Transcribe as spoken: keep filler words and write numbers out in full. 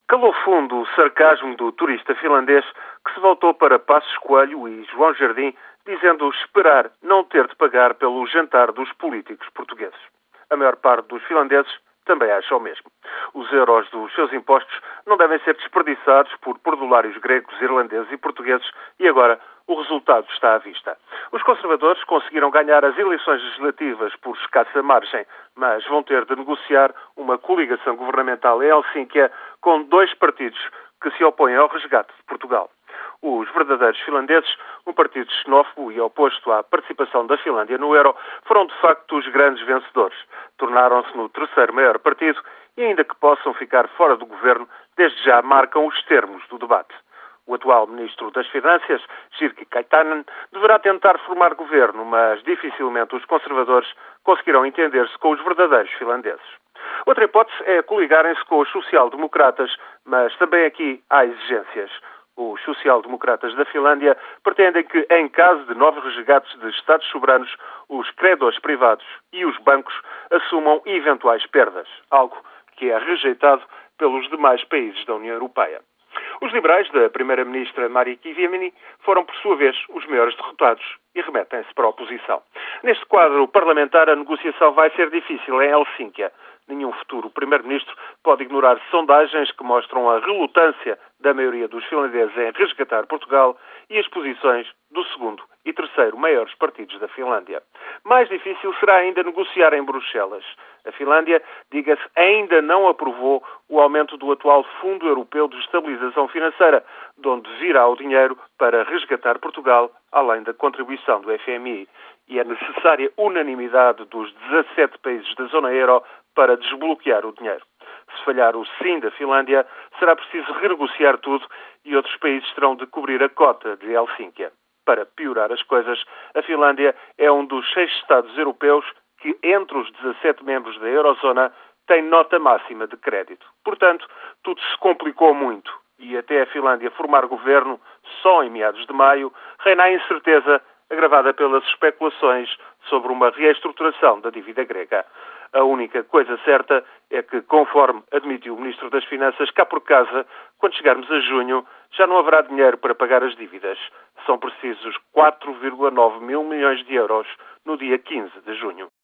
Calou fundo o sarcasmo do turista finlandês que se voltou para Passos Coelho e João Jardim, dizendo esperar não ter de pagar pelo jantar dos políticos portugueses. A maior parte dos finlandeses também acha o mesmo. Os euros dos seus impostos não devem ser desperdiçados por perdulários gregos, irlandeses e portugueses e agora o resultado está à vista. Os conservadores conseguiram ganhar as eleições legislativas por escassa margem, mas vão ter de negociar uma coligação governamental em Helsínquia com dois partidos que se opõem ao resgate de Portugal. Os verdadeiros finlandeses, um partido xenófobo e oposto à participação da Finlândia no euro, foram de facto os grandes vencedores. Tornaram-se no terceiro maior partido e, ainda que possam ficar fora do governo, desde já marcam os termos do debate. O atual Ministro das Finanças, Jyrki Katainen, deverá tentar formar governo, mas dificilmente os conservadores conseguirão entender-se com os verdadeiros finlandeses. Outra hipótese é coligarem-se com os social-democratas, mas também aqui há exigências. Os social-democratas da Finlândia pretendem que, em caso de novos resgates de Estados soberanos, os credores privados e os bancos assumam eventuais perdas, algo que é rejeitado pelos demais países da União Europeia. Os liberais da primeira-ministra Mari Kiviniemi foram, por sua vez, os maiores derrotados e remetem-se para a oposição. Neste quadro parlamentar, a negociação vai ser difícil em Helsínquia. Nenhum futuro primeiro-ministro pode ignorar sondagens que mostram a relutância da maioria dos finlandeses em resgatar Portugal e as posições do segundo e terceiro maiores partidos da Finlândia. Mais difícil será ainda negociar em Bruxelas. A Finlândia, diga-se, ainda não aprovou o aumento do atual Fundo Europeu de Estabilização Financeira, de onde virá o dinheiro para resgatar Portugal, além da contribuição do F M I. E é necessária unanimidade dos dezassete países da zona euro para desbloquear o dinheiro. Se falhar o sim da Finlândia, será preciso renegociar tudo e outros países terão de cobrir a cota de Helsínquia. Para piorar as coisas, a Finlândia é um dos seis Estados europeus que, entre os dezassete membros da Eurozona, tem nota máxima de crédito. Portanto, tudo se complicou muito e até a Finlândia formar governo, só em meados de maio, reina a incerteza agravada pelas especulações sobre uma reestruturação da dívida grega. A única coisa certa é que, conforme admitiu o Ministro das Finanças, cá por casa, quando chegarmos a junho, já não haverá dinheiro para pagar as dívidas. São precisos quatro vírgula nove mil milhões de euros no dia quinze de junho.